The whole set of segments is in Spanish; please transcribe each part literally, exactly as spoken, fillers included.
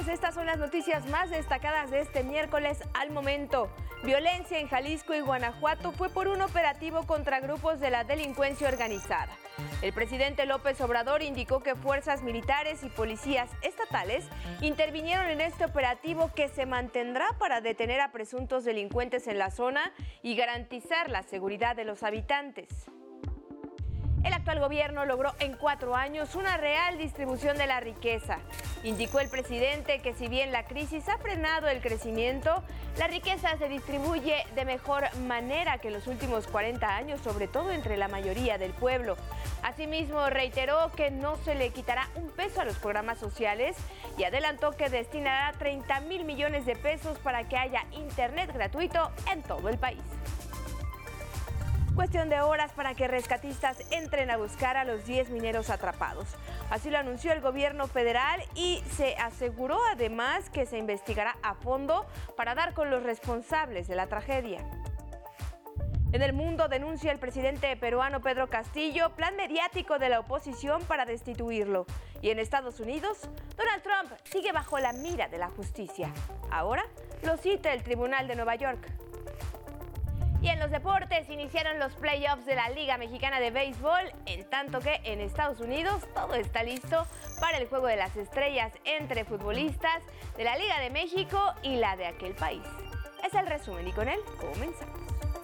tardes, estas son las noticias más destacadas de este miércoles al momento. Violencia en Jalisco y Guanajuato fue por un operativo contra grupos de la delincuencia organizada. El presidente López Obrador indicó que fuerzas militares y policías estatales intervinieron en este operativo que se mantendrá para detener a presuntos delincuentes en la zona y garantizar la seguridad de los habitantes. El actual gobierno logró en cuatro años una real distribución de la riqueza. Indicó el presidente que si bien la crisis ha frenado el crecimiento, la riqueza se distribuye de mejor manera que en los últimos cuarenta años, sobre todo entre la mayoría del pueblo. Asimismo, reiteró que no se le quitará un peso a los programas sociales y adelantó que destinará treinta mil millones de pesos para que haya internet gratuito en todo el país. Cuestión de horas para que rescatistas entren a buscar a los diez mineros atrapados. Así lo anunció el gobierno federal y se aseguró además que se investigará a fondo para dar con los responsables de la tragedia. En el mundo denuncia el presidente peruano Pedro Castillo plan mediático de la oposición para destituirlo. Y en Estados Unidos, Donald Trump sigue bajo la mira de la justicia. Ahora lo cita el Tribunal de Nueva York. Y en los deportes iniciaron los playoffs de la Liga Mexicana de Béisbol, en tanto que en Estados Unidos todo está listo para el Juego de las Estrellas entre futbolistas de la Liga de México y la de aquel país. Es el resumen y con él comenzamos.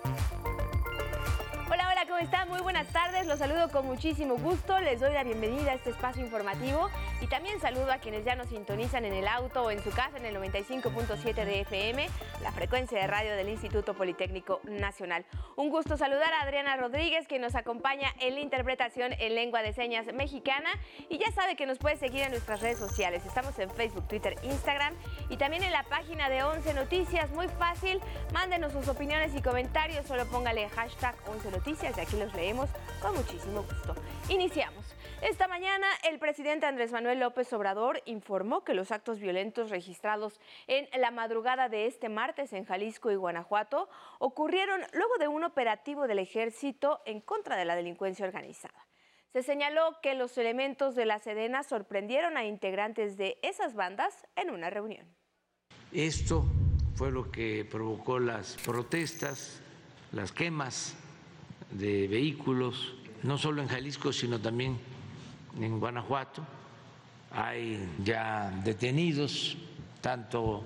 Hola, hola, ¿cómo están? Muy buenas tardes, los saludo con muchísimo gusto, les doy la bienvenida a este espacio informativo y también saludo a quienes ya nos sintonizan en el auto o en su casa en el noventa y cinco punto siete de F M, la frecuencia de radio del Instituto Politécnico Nacional. Un gusto saludar a Adriana Rodríguez, que nos acompaña en la interpretación en lengua de señas mexicana y ya sabe que nos puede seguir en nuestras redes sociales. Estamos en Facebook, Twitter, Instagram y también en la página de once Noticias, muy fácil, mándenos sus opiniones y comentarios, solo póngale hashtag once Noticias y aquí los leemos con muchísimo gusto. Iniciamos. Esta mañana el presidente Andrés Manuel López Obrador informó que los actos violentos registrados en la madrugada de este martes en Jalisco y Guanajuato ocurrieron luego de un operativo del ejército en contra de la delincuencia organizada. Se señaló que los elementos de la Sedena sorprendieron a integrantes de esas bandas en una reunión. Esto fue lo que provocó las protestas, las quemas de vehículos, no solo en Jalisco, sino también en Guanajuato. Hay ya detenidos, tanto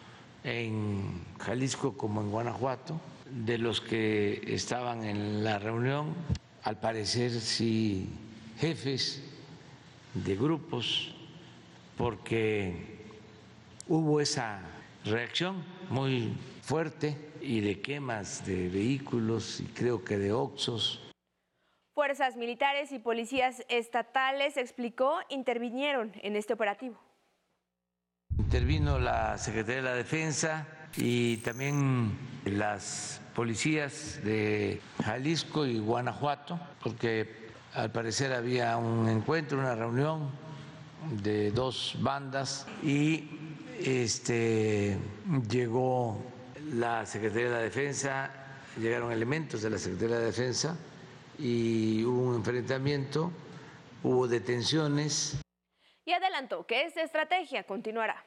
en Jalisco como en Guanajuato, de los que estaban en la reunión, al parecer sí jefes de grupos, porque hubo esa reacción muy fuerte y de quemas de vehículos y creo que de oxxos. Fuerzas militares y policías estatales, explicó, intervinieron en este operativo. Intervino la Secretaría de la Defensa y también las policías de Jalisco y Guanajuato, porque al parecer había un encuentro, una reunión de dos bandas y este, llegó la Secretaría de la Defensa, llegaron elementos de la Secretaría de la Defensa y hubo un enfrentamiento, hubo detenciones. Y adelantó que esta estrategia continuará.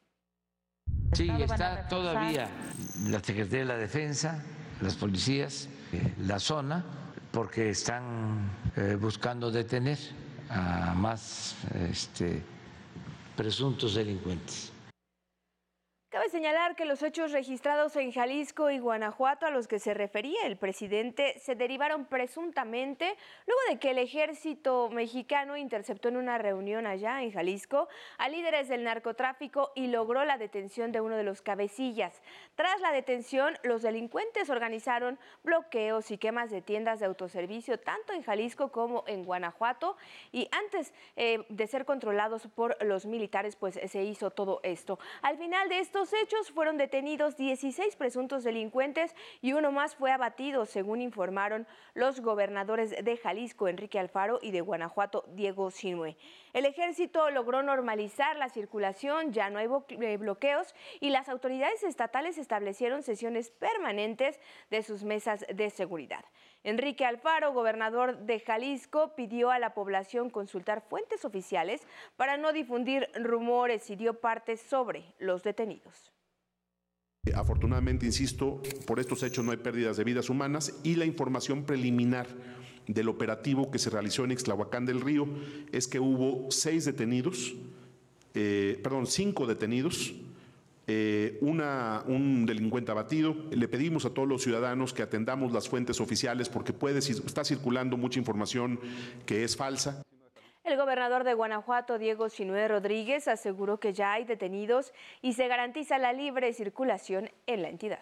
Sí, está todavía la Secretaría de la Defensa, las policías, la zona, porque están eh, buscando detener a más este, presuntos delincuentes. Cabe señalar que los hechos registrados en Jalisco y Guanajuato a los que se refería el presidente se derivaron presuntamente luego de que el ejército mexicano interceptó en una reunión allá en Jalisco a líderes del narcotráfico y logró la detención de uno de los cabecillas. Tras la detención, los delincuentes organizaron bloqueos y quemas de tiendas de autoservicio tanto en Jalisco como en Guanajuato y antes eh, de ser controlados por los militares, pues se hizo todo esto. Al final de estos hechos fueron detenidos dieciséis presuntos delincuentes y uno más fue abatido, según informaron los gobernadores de Jalisco, Enrique Alfaro, y de Guanajuato, Diego Sinue. El ejército logró normalizar la circulación, ya no hay bloqueos y las autoridades estatales establecieron sesiones permanentes de sus mesas de seguridad. Enrique Alfaro, gobernador de Jalisco, pidió a la población consultar fuentes oficiales para no difundir rumores y dio parte sobre los detenidos. Afortunadamente, insisto, por estos hechos no hay pérdidas de vidas humanas y la información preliminar del operativo que se realizó en Ixtlahuacán del Río es que hubo seis detenidos, eh, perdón, cinco detenidos, Eh, una, un delincuente abatido. Le pedimos a todos los ciudadanos que atendamos las fuentes oficiales porque puede, está circulando mucha información que es falsa. El gobernador de Guanajuato, Diego Sinue Rodríguez, aseguró que ya hay detenidos y se garantiza la libre circulación en la entidad.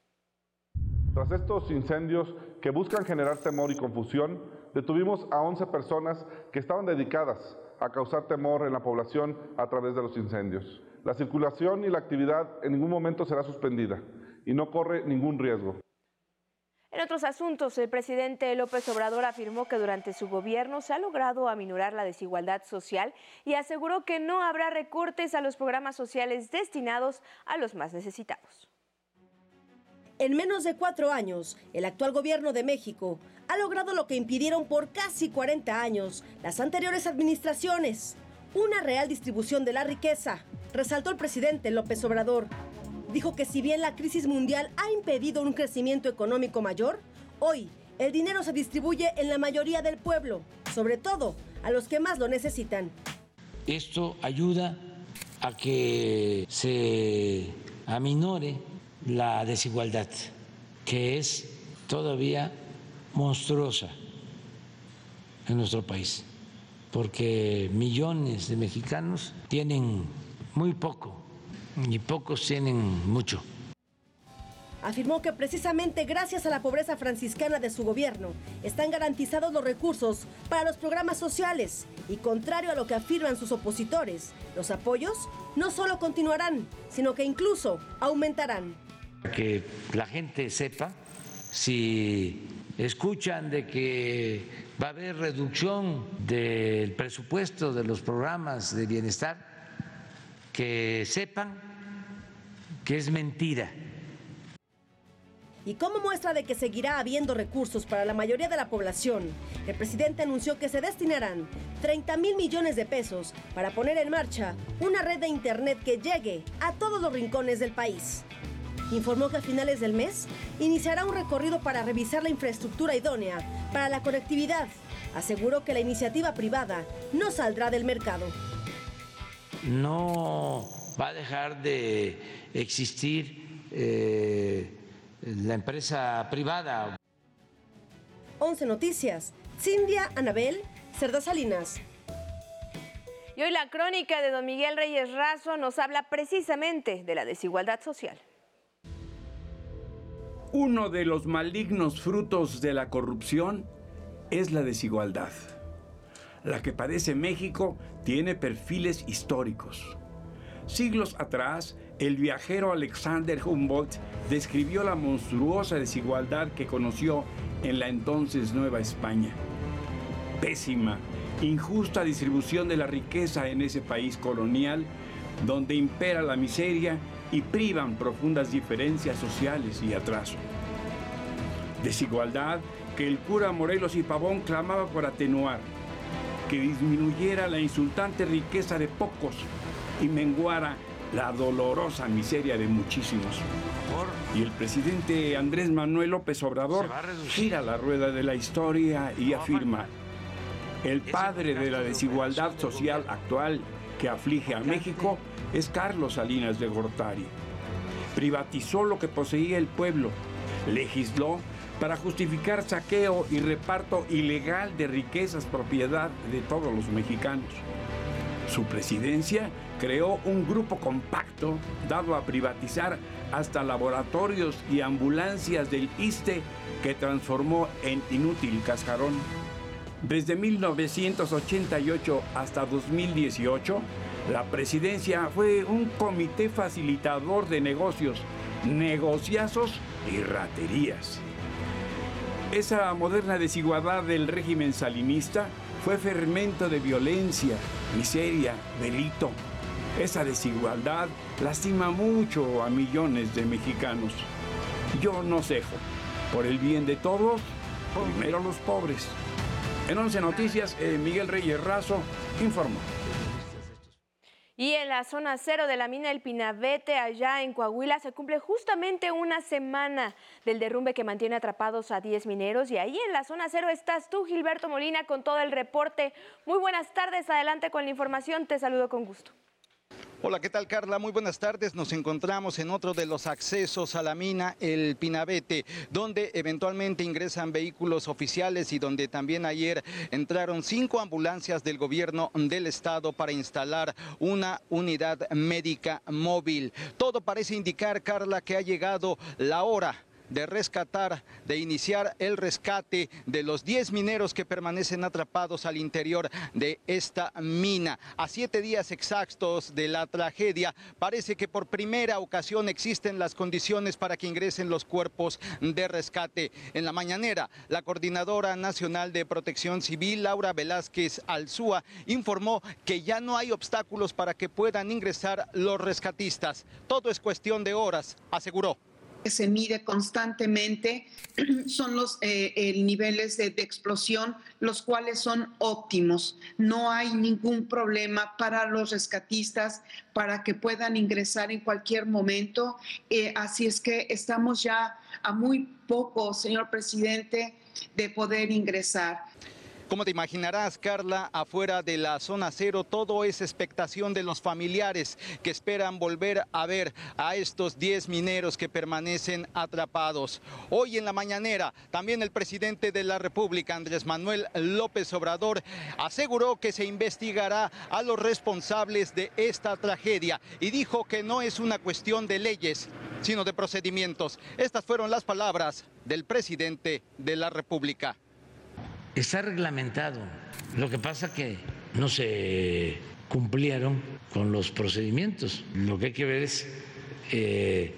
Tras estos incendios que buscan generar temor y confusión, detuvimos a once personas que estaban dedicadas a causar temor en la población a través de los incendios. La circulación y la actividad en ningún momento será suspendida y no corre ningún riesgo. En otros asuntos, el presidente López Obrador afirmó que durante su gobierno se ha logrado aminorar la desigualdad social y aseguró que no habrá recortes a los programas sociales destinados a los más necesitados. En menos de cuatro años, el actual gobierno de México ha logrado lo que impidieron por casi cuarenta años las anteriores administraciones: una real distribución de la riqueza, resaltó el presidente López Obrador. Dijo que si bien la crisis mundial ha impedido un crecimiento económico mayor, hoy el dinero se distribuye en la mayoría del pueblo, sobre todo a los que más lo necesitan. Esto ayuda a que se aminore la desigualdad, que es todavía monstruosa en nuestro país, porque millones de mexicanos tienen muy poco y pocos tienen mucho. Afirmó que precisamente gracias a la pobreza franciscana de su gobierno están garantizados los recursos para los programas sociales y, contrario a lo que afirman sus opositores, los apoyos no solo continuarán, sino que incluso aumentarán. Que la gente sepa, si escuchan de que va a haber reducción del presupuesto de los programas de bienestar, que sepan que es mentira. Y como muestra de que seguirá habiendo recursos para la mayoría de la población, el presidente anunció que se destinarán treinta mil millones de pesos para poner en marcha una red de internet que llegue a todos los rincones del país. Informó que a finales del mes iniciará un recorrido para revisar la infraestructura idónea para la conectividad. Aseguró que la iniciativa privada no saldrá del mercado. No va a dejar de existir eh, la empresa privada. once Noticias, Cindia Anabel Cerda Salinas. Y hoy la crónica de don Miguel Reyes Razo nos habla precisamente de la desigualdad social. Uno de los malignos frutos de la corrupción es la desigualdad. La que padece México tiene perfiles históricos. Siglos atrás, el viajero Alexander Humboldt describió la monstruosa desigualdad que conoció en la entonces Nueva España. Pésima, injusta distribución de la riqueza en ese país colonial, donde impera la miseria y privan profundas diferencias sociales y atraso. Desigualdad que el cura Morelos y Pavón clamaba por atenuar, que disminuyera la insultante riqueza de pocos y menguara la dolorosa miseria de muchísimos. Y el presidente Andrés Manuel López Obrador gira la rueda de la historia y afirma: el padre de la desigualdad social actual que aflige a México es Carlos Salinas de Gortari. Privatizó lo que poseía el pueblo, legisló para justificar saqueo y reparto ilegal de riquezas propiedad de todos los mexicanos. Su presidencia creó un grupo compacto dado a privatizar hasta laboratorios y ambulancias del ISSSTE que transformó en inútil cascarón. Desde mil novecientos ochenta y ocho hasta dos mil dieciocho, la presidencia fue un comité facilitador de negocios, negociazos y raterías. Esa moderna desigualdad del régimen salinista fue fermento de violencia, miseria, delito. Esa desigualdad lastima mucho a millones de mexicanos. Yo no cejo. Por el bien de todos, Primero los pobres. En Once Noticias, eh, Miguel Reyes Razo informó. Y en la zona cero de la mina El Pinabete, allá en Coahuila, se cumple justamente una semana del derrumbe que mantiene atrapados a diez mineros. Y ahí en la zona cero estás tú, Gilberto Molina, con todo el reporte. Muy buenas tardes, adelante con la información, te saludo con gusto. Hola, ¿qué tal, Carla? Muy buenas tardes. Nos encontramos en otro de los accesos a la mina El Pinabete, donde eventualmente ingresan vehículos oficiales y donde también ayer entraron cinco ambulancias del gobierno del estado para instalar una unidad médica móvil. Todo parece indicar, Carla, que ha llegado la hora de rescatar, de iniciar el rescate de los diez mineros que permanecen atrapados al interior de esta mina. A siete días exactos de la tragedia, parece que por primera ocasión existen las condiciones para que ingresen los cuerpos de rescate. En la mañanera, la Coordinadora Nacional de Protección Civil, Laura Velázquez Alzúa, informó que ya no hay obstáculos para que puedan ingresar los rescatistas. Todo es cuestión de horas, aseguró. Que se mide constantemente son los eh, eh, niveles de, de explosión, los cuales son óptimos. No hay ningún problema para los rescatistas para que puedan ingresar en cualquier momento. Eh, así es que estamos ya a muy poco, señor presidente, de poder ingresar. Como te imaginarás, Carla, afuera de la zona cero, todo es expectación de los familiares que esperan volver a ver a estos diez mineros que permanecen atrapados. Hoy en la mañanera, también el presidente de la República, Andrés Manuel López Obrador, aseguró que se investigará a los responsables de esta tragedia y dijo que no es una cuestión de leyes, sino de procedimientos. Estas fueron las palabras del presidente de la República. Está reglamentado. Lo que pasa que no se cumplieron con los procedimientos. Lo que hay que ver es eh,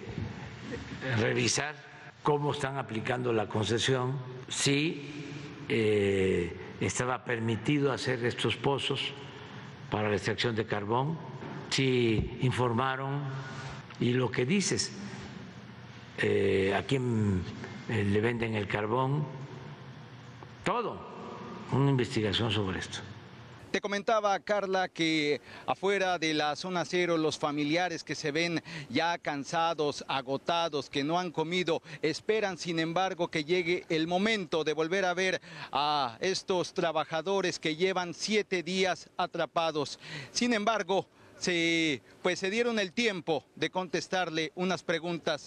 revisar cómo están aplicando la concesión, si eh, estaba permitido hacer estos pozos para la extracción de carbón, si informaron y lo que dices, eh, a quién eh, le venden el carbón. Todo, una investigación sobre esto. Te comentaba, Carla, que afuera de la zona cero los familiares que se ven ya cansados, agotados, que no han comido, esperan sin embargo que llegue el momento de volver a ver a estos trabajadores que llevan siete días atrapados. Sin embargo, se, pues se dieron el tiempo de contestarle unas preguntas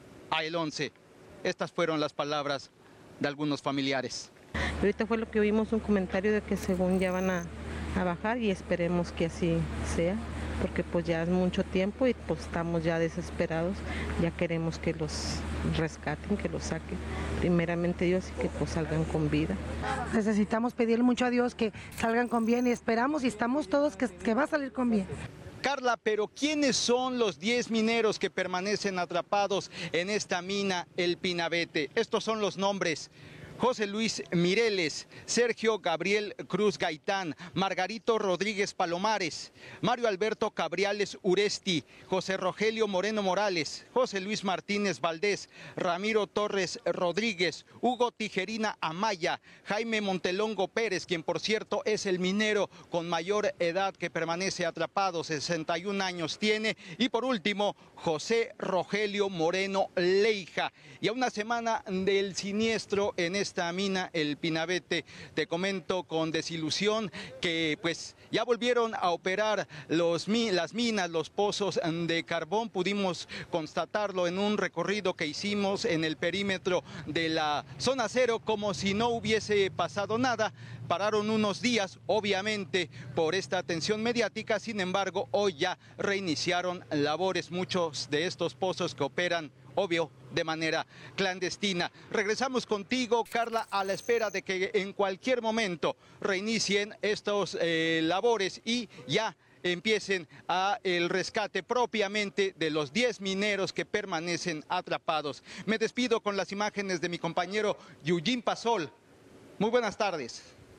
a el once. Estas fueron las palabras de algunos familiares. Ahorita fue lo que oímos, un comentario de que según ya van a, a bajar y esperemos que así sea, porque pues ya es mucho tiempo y pues estamos ya desesperados, ya queremos que los rescaten, que los saquen, primeramente Dios, y que pues salgan con vida. Necesitamos pedirle mucho a Dios que salgan con bien y esperamos y estamos todos que, que va a salir con bien. Carla, pero ¿quiénes son los diez mineros que permanecen atrapados en esta mina El Pinabete? Estos son los nombres: José Luis Mireles, Sergio Gabriel Cruz Gaitán, Margarito Rodríguez Palomares, Mario Alberto Cabriales Uresti, José Rogelio Moreno Morales, José Luis Martínez Valdés, Ramiro Torres Rodríguez, Hugo Tijerina Amaya, Jaime Montelongo Pérez, quien por cierto es el minero con mayor edad que permanece atrapado, sesenta y un años tiene, y por último, José Rogelio Moreno Leija. Y a una semana del siniestro en este esta mina El Pinabete, te comento con desilusión que pues ya volvieron a operar los, las minas, los pozos de carbón. Pudimos constatarlo en un recorrido que hicimos en el perímetro de la zona cero, como si no hubiese pasado nada. Pararon unos días, obviamente, por esta atención mediática. Sin embargo, hoy ya reiniciaron labores. Muchos de estos pozos que operan, obvio, de manera clandestina. Regresamos contigo, Carla, a la espera de que en cualquier momento reinicien estos eh, labores y ya empiecen a el rescate propiamente de los diez mineros que permanecen atrapados. Me despido con las imágenes de mi compañero Eugene Pasol. Muy buenas tardes.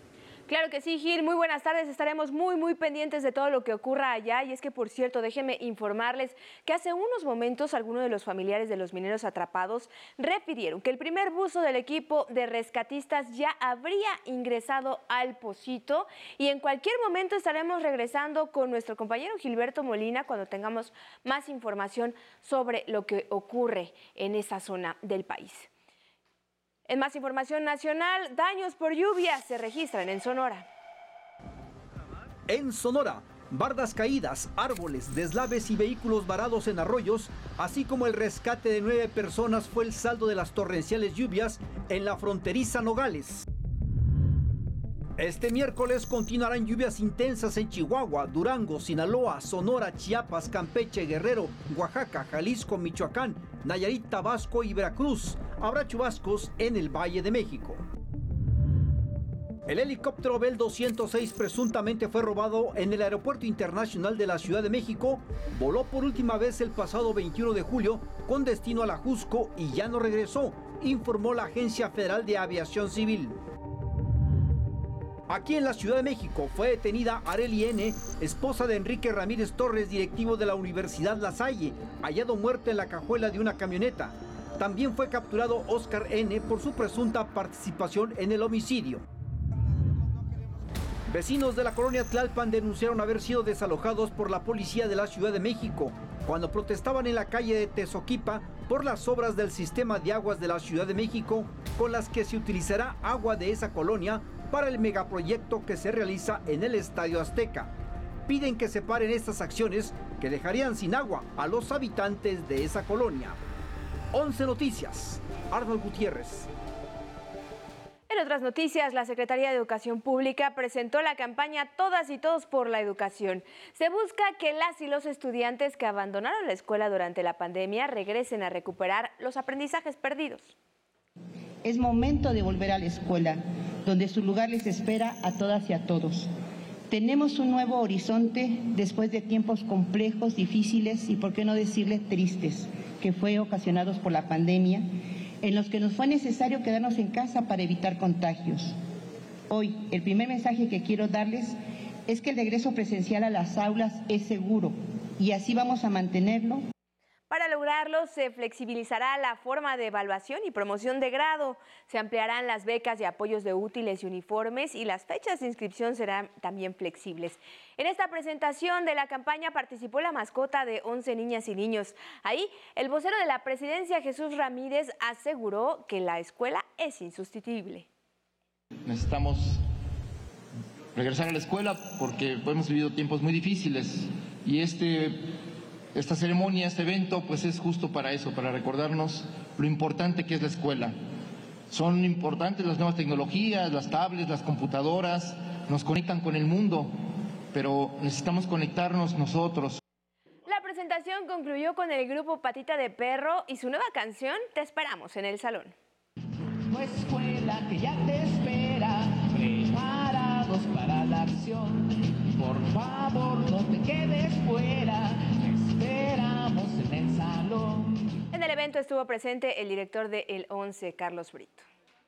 Claro que sí, Gil. Muy buenas tardes. Estaremos muy, muy pendientes de todo lo que ocurra allá. Y es que, por cierto, déjenme informarles que hace unos momentos algunos de los familiares de los mineros atrapados refirieron que el primer buzo del equipo de rescatistas ya habría ingresado al pocito. Y en cualquier momento estaremos regresando con nuestro compañero Gilberto Molina cuando tengamos más información sobre lo que ocurre en esa zona del país. En más información nacional, daños por lluvia se registran en Sonora. En Sonora, bardas caídas, árboles, deslaves y vehículos varados en arroyos, así como el rescate de nueve personas fue el saldo de las torrenciales lluvias en la fronteriza Nogales. Este miércoles continuarán lluvias intensas en Chihuahua, Durango, Sinaloa, Sonora, Chiapas, Campeche, Guerrero, Oaxaca, Jalisco, Michoacán, Nayarit, Tabasco y Veracruz. Habrá chubascos en el Valle de México. El helicóptero Bell doscientos seis presuntamente fue robado en el Aeropuerto Internacional de la Ciudad de México. Voló por última vez el pasado veintiuno de julio con destino a la Jusco y ya no regresó, informó la Agencia Federal de Aviación Civil. Aquí en la Ciudad de México fue detenida Arely N., esposa de Enrique Ramírez Torres, directivo de la Universidad La Salle, hallado muerto en la cajuela de una camioneta. También fue capturado Oscar N. por su presunta participación en el homicidio. Vecinos de la colonia Tlalpan denunciaron haber sido desalojados por la policía de la Ciudad de México cuando protestaban en la calle de Tezoquipa por las obras del sistema de aguas de la Ciudad de México, con las que se utilizará agua de esa colonia para el megaproyecto que se realiza en el Estadio Azteca. Piden que se paren estas acciones que dejarían sin agua a los habitantes de esa colonia. once Noticias, Arnold Gutiérrez. En otras noticias, la Secretaría de Educación Pública presentó la campaña Todas y Todos por la Educación. Se busca que las y los estudiantes que abandonaron la escuela durante la pandemia regresen a recuperar los aprendizajes perdidos. Es momento de volver a la escuela, donde su lugar les espera a todas y a todos. Tenemos un nuevo horizonte después de tiempos complejos, difíciles y, por qué no decirle, tristes, que fue ocasionados por la pandemia, en los que nos fue necesario quedarnos en casa para evitar contagios. Hoy, el primer mensaje que quiero darles es que el regreso presencial a las aulas es seguro y así vamos a mantenerlo. Para lograrlo, se flexibilizará la forma de evaluación y promoción de grado, se ampliarán las becas y apoyos de útiles y uniformes y las fechas de inscripción serán también flexibles. En esta presentación de la campaña participó la mascota de once niñas y niños. Ahí, el vocero de la presidencia, Jesús Ramírez, aseguró que la escuela es insustituible. Necesitamos regresar a la escuela porque hemos vivido tiempos muy difíciles y este... Esta ceremonia, este evento, pues es justo para eso, para recordarnos lo importante que es la escuela. Son importantes las nuevas tecnologías, las tablets, las computadoras, nos conectan con el mundo, pero necesitamos conectarnos nosotros. La presentación concluyó con el grupo Patita de Perro y su nueva canción, Te esperamos en el salón. Tu escuela que ya te espera, preparados para la acción. Por favor, no te quedes fuera. Esperamos en el salón. En el evento estuvo presente el director de El once, Carlos Brito.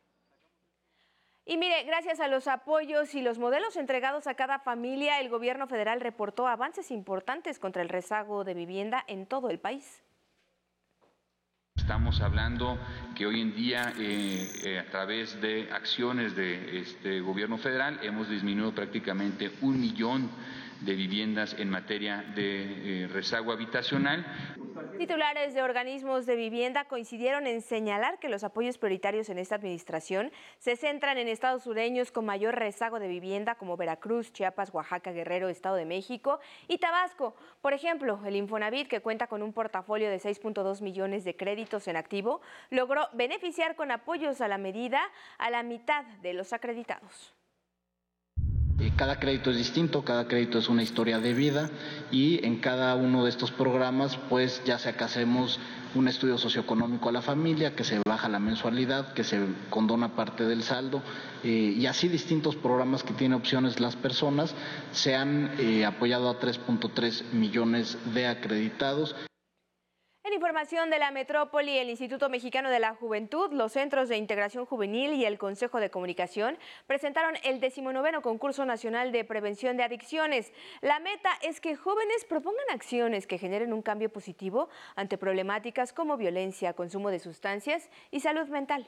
Y mire, gracias a los apoyos y los modelos entregados a cada familia, el gobierno federal reportó avances importantes contra el rezago de vivienda en todo el país. Estamos hablando que hoy en día, eh, eh, a través de acciones de este gobierno federal, hemos disminuido prácticamente un millón de viviendas en materia de eh, rezago habitacional. Titulares de organismos de vivienda coincidieron en señalar que los apoyos prioritarios en esta administración se centran en estados sureños con mayor rezago de vivienda como Veracruz, Chiapas, Oaxaca, Guerrero, Estado de México y Tabasco. Por ejemplo, el Infonavit, que cuenta con un portafolio de seis punto dos millones de créditos en activo, logró beneficiar con apoyos a la medida a la mitad de los acreditados. Cada crédito es distinto, cada crédito es una historia de vida y en cada uno de estos programas, pues ya sea que hacemos un estudio socioeconómico a la familia, que se baja la mensualidad, que se condona parte del saldo eh, y así distintos programas que tienen opciones las personas, se han eh, apoyado a tres punto tres millones de acreditados. En información información de la metrópoli, el Instituto Mexicano de la Juventud, los Centros de Integración Juvenil y el Consejo de Comunicación presentaron el decimonoveno Concurso Nacional de Prevención de Adicciones. La meta es que jóvenes propongan acciones que generen un cambio positivo ante problemáticas como violencia, consumo de sustancias y salud mental.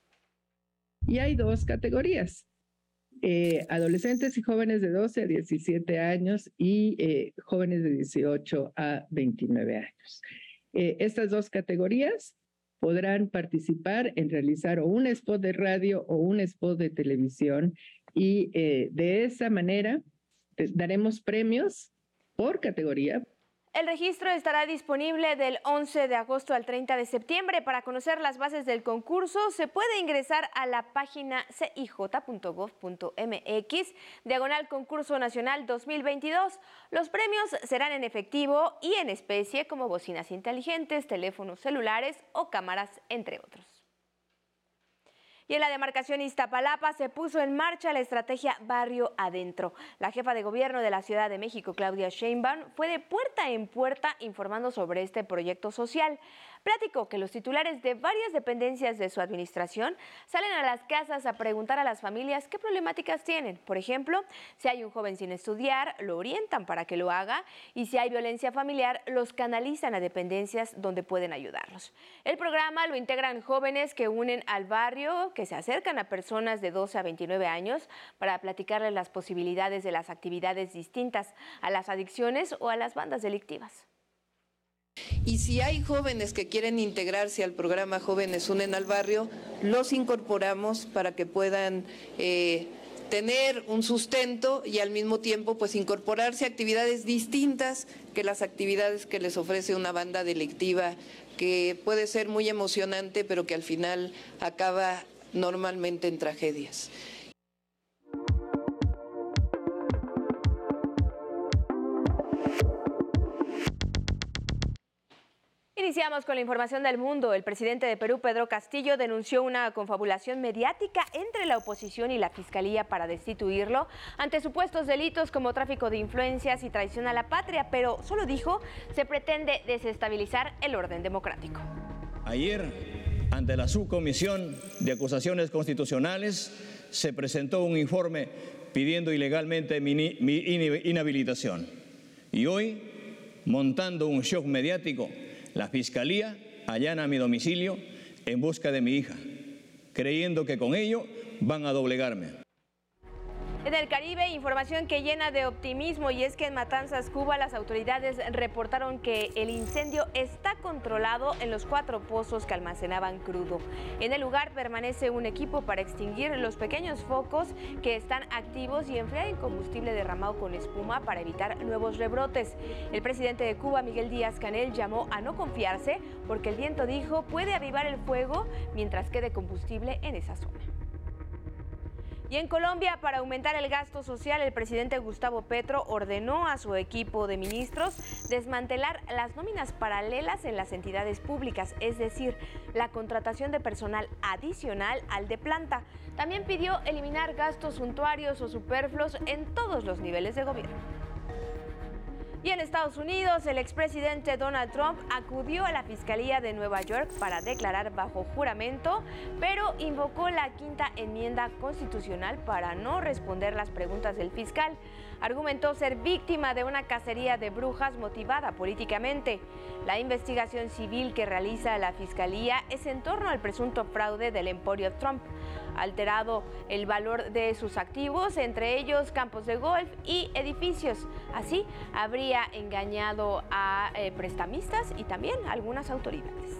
Y hay dos categorías. Eh, adolescentes y jóvenes de doce a diecisiete años y eh, jóvenes de dieciocho a veintinueve años. Eh, estas dos categorías podrán participar en realizar o un spot de radio o un spot de televisión y eh, de esa manera eh, daremos premios por categoría. El registro estará disponible del once de agosto al treinta de septiembre. Para conocer las bases del concurso, se puede ingresar a la página c i j punto gov punto m x, diagonal Concurso Nacional dos mil veintidós. Los premios serán en efectivo y en especie, como bocinas inteligentes, teléfonos celulares o cámaras, entre otros. Y en la demarcación Iztapalapa se puso en marcha la estrategia Barrio Adentro. La jefa de gobierno de la Ciudad de México, Claudia Sheinbaum, fue de puerta en puerta informando sobre este proyecto social. Platicó que los titulares de varias dependencias de su administración salen a las casas a preguntar a las familias qué problemáticas tienen. Por ejemplo, si hay un joven sin estudiar, lo orientan para que lo haga, y si hay violencia familiar, los canalizan a dependencias donde pueden ayudarlos. El programa lo integran jóvenes que unen al barrio, que se acercan a personas de doce a veintinueve años para platicarles las posibilidades de las actividades distintas a las adicciones o a las bandas delictivas. Y si hay jóvenes que quieren integrarse al programa Jóvenes Unen al Barrio, los incorporamos para que puedan eh, tener un sustento y al mismo tiempo pues incorporarse a actividades distintas que las actividades que les ofrece una banda delictiva, que puede ser muy emocionante pero que al final acaba normalmente en tragedias. Iniciamos con la información del mundo. El presidente de Perú, Pedro Castillo, denunció una confabulación mediática entre la oposición y la Fiscalía para destituirlo ante supuestos delitos como tráfico de influencias y traición a la patria, pero solo dijo se pretende desestabilizar el orden democrático. Ayer, ante la Subcomisión de Acusaciones Constitucionales, se presentó un informe pidiendo ilegalmente mi inhabilitación. Y hoy, montando un shock mediático, la Fiscalía allana mi domicilio en busca de mi hija, creyendo que con ello van a doblegarme. En el Caribe, información que llena de optimismo, y es que en Matanzas, Cuba, las autoridades reportaron que el incendio está controlado en los cuatro pozos que almacenaban crudo. En el lugar permanece un equipo para extinguir los pequeños focos que están activos y enfriar el combustible derramado con espuma para evitar nuevos rebrotes. El presidente de Cuba, Miguel Díaz-Canel, llamó a no confiarse porque el viento, dijo, puede avivar el fuego mientras quede combustible en esa zona. Y en Colombia, para aumentar el gasto social, el presidente Gustavo Petro ordenó a su equipo de ministros desmantelar las nóminas paralelas en las entidades públicas, es decir, la contratación de personal adicional al de planta. También pidió eliminar gastos suntuarios o superfluos en todos los niveles de gobierno. Y en Estados Unidos, el expresidente Donald Trump acudió a la Fiscalía de Nueva York para declarar bajo juramento, pero invocó la quinta enmienda constitucional para no responder las preguntas del fiscal. Argumentó ser víctima de una cacería de brujas motivada políticamente. La investigación civil que realiza la Fiscalía es en torno al presunto fraude del emporio Trump, alterado el valor de sus activos, entre ellos campos de golf y edificios. Así, habría engañado a eh, prestamistas y también a algunas autoridades.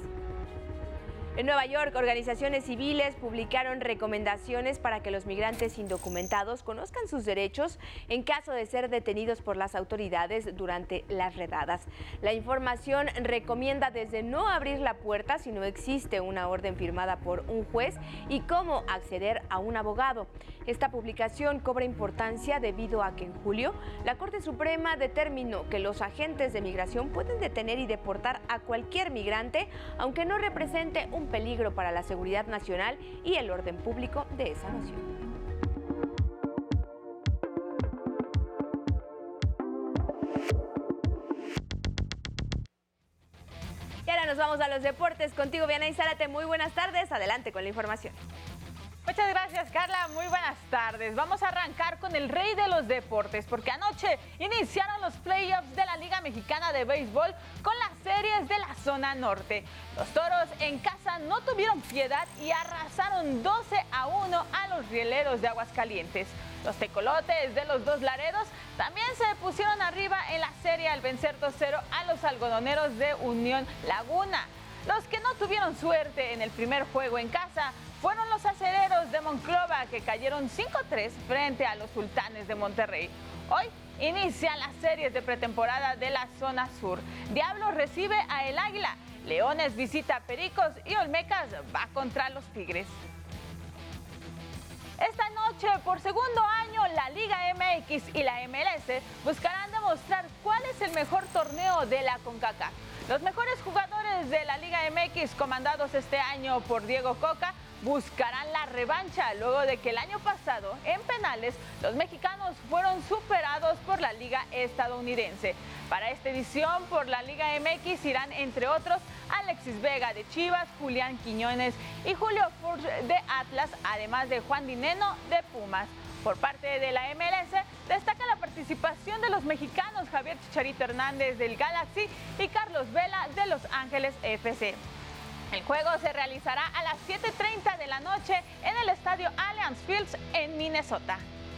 En Nueva York, organizaciones civiles publicaron recomendaciones para que los migrantes indocumentados conozcan sus derechos en caso de ser detenidos por las autoridades durante las redadas. La información recomienda desde no abrir la puerta si no existe una orden firmada por un juez y cómo acceder a un abogado. Esta publicación cobra importancia debido a que en julio la Corte Suprema determinó que los agentes de migración pueden detener y deportar a cualquier migrante, aunque no represente un peligro para la seguridad nacional y el orden público de esa nación. vamos a los deportes. Contigo, Vianey Zárate. Muy buenas tardes. Adelante con la información. Muchas gracias, Carla. Muy buenas tardes. Vamos a arrancar con el rey de los deportes, porque anoche iniciaron los playoffs de la Liga Mexicana de Béisbol con las series de la zona norte. Los Toros en casa no tuvieron piedad y arrasaron doce a uno a los Rieleros de Aguascalientes. Los Tecolotes de los Dos Laredos también se pusieron arriba en la serie al vencer dos cero a los Algodoneros de Unión Laguna. Los que no tuvieron suerte en el primer juego en casa fueron los Acereros de Monclova, que cayeron cinco tres frente a los Sultanes de Monterrey. Hoy inician las series de pretemporada de la zona sur. Diablos recibe a El Águila, Leones visita a Pericos y Olmecas va contra los Tigres. Esta noche, por segundo año, la Liga M X y la M L S buscarán demostrar cuál es el mejor torneo de la CONCACAF. Los mejores jugadores de la Liga M X, comandados este año por Diego Coca, buscarán la revancha luego de que el año pasado, en penales, los mexicanos fueron superados por la Liga estadounidense. Para esta edición, por la Liga M X irán, entre otros, Alexis Vega de Chivas, Julián Quiñones y Julio Furch de Atlas, además de Juan Dineno de Pumas. Por parte de la M L S, destaca la participación de los mexicanos Javier Chicharito Hernández del Galaxy y Carlos Vela de Los Ángeles F C. El juego se realizará a las siete treinta de la noche en el estadio Allianz Fields en Minnesota.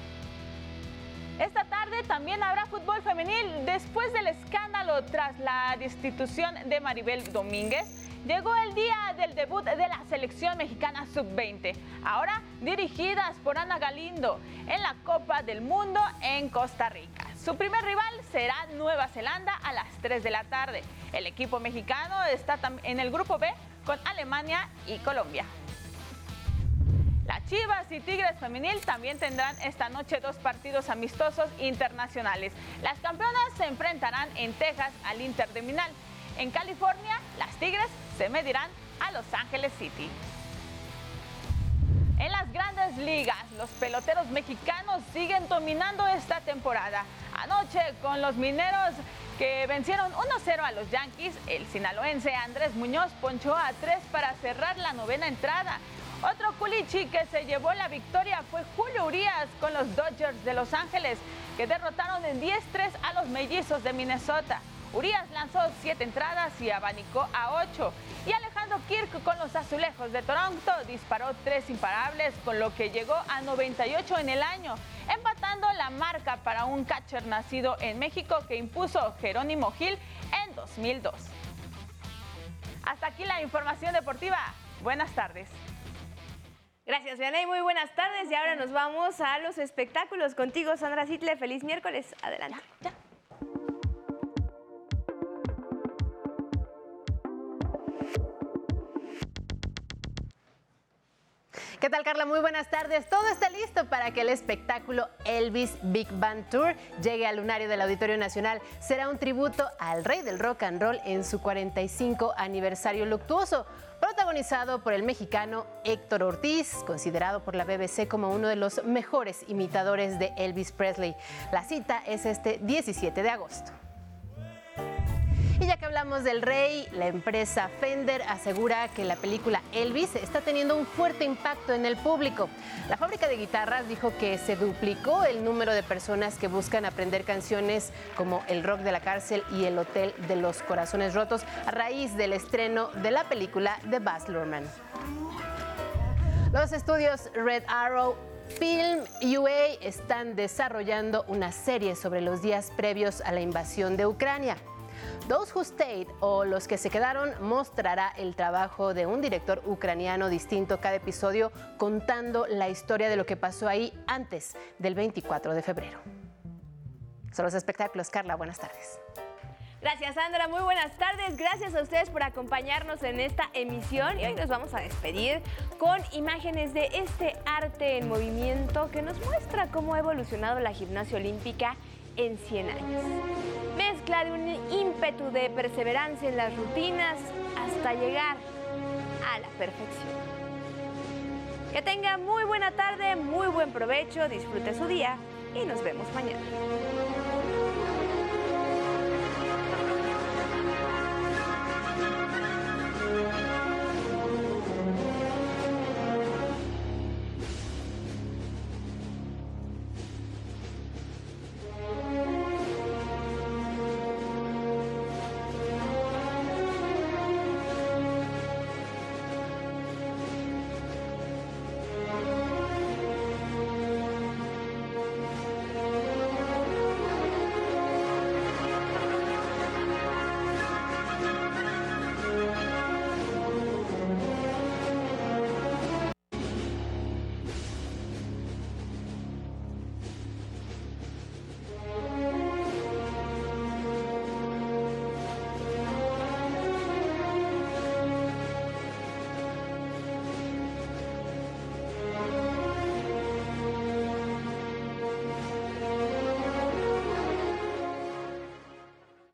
Esta tarde también habrá fútbol femenil. Después del escándalo tras la destitución de Maribel Domínguez, llegó el día del debut de la selección mexicana sub veinte, ahora dirigidas por Ana Galindo, en la Copa del Mundo en Costa Rica. Su primer rival será Nueva Zelanda a las tres de la tarde. El equipo mexicano está en el grupo B con Alemania y Colombia. Las Chivas y Tigres femenil también tendrán esta noche dos partidos amistosos internacionales. Las campeonas se enfrentarán en Texas al Inter de Milán. En California, las Tigres se medirán a Los Ángeles City. En las grandes ligas, los peloteros mexicanos siguen dominando esta temporada. Anoche, con los mineros que vencieron uno cero a los Yankees, el sinaloense Andrés Muñoz ponchó a tres para cerrar la novena entrada. Otro culichi que se llevó la victoria fue Julio Urías con los Dodgers de Los Ángeles, que derrotaron en diez tres a los Mellizos de Minnesota. Urías lanzó siete entradas y abanicó a ocho. Y Alejandro Kirk con los Azulejos de Toronto disparó tres imparables, con lo que llegó a noventa y ocho en el año, empatando la marca para un catcher nacido en México que impuso Jerónimo Gil en dos mil dos. Hasta aquí la información deportiva. Buenas tardes. Gracias, Vianey. Muy buenas tardes. Y ahora nos vamos a los espectáculos. Contigo, Sandra Sitle. Feliz miércoles. Adelante. Ya, ya. ¿Qué tal, Carla? Muy buenas tardes. Todo está listo para que el espectáculo Elvis Big Band Tour llegue al lunario del Auditorio Nacional. Será un tributo al rey del rock and roll en su cuarenta y cinco aniversario luctuoso, protagonizado por el mexicano Héctor Ortiz, considerado por la B B C como uno de los mejores imitadores de Elvis Presley. La cita es este diecisiete de agosto. Y ya que hablamos del rey, la empresa Fender asegura que la película Elvis está teniendo un fuerte impacto en el público. La fábrica de guitarras dijo que se duplicó el número de personas que buscan aprender canciones como El Rock de la Cárcel y El Hotel de los Corazones Rotos a raíz del estreno de la película de Baz Luhrmann. Los estudios Red Arrow Film U A están desarrollando una serie sobre los días previos a la invasión de Ucrania. Those Who Stayed, o Los que se quedaron, mostrará el trabajo de un director ucraniano distinto cada episodio, contando la historia de lo que pasó ahí antes del veinticuatro de febrero. Son los espectáculos. Carla, buenas tardes. Gracias, Sandra. Muy buenas tardes. Gracias a ustedes por acompañarnos en esta emisión. Y hoy nos vamos a despedir con imágenes de este arte en movimiento que nos muestra cómo ha evolucionado la gimnasia olímpica en cien años. Mezcla de un ímpetu de perseverancia en las rutinas hasta llegar a la perfección. Que tenga muy buena tarde, muy buen provecho, disfrute su día y nos vemos mañana.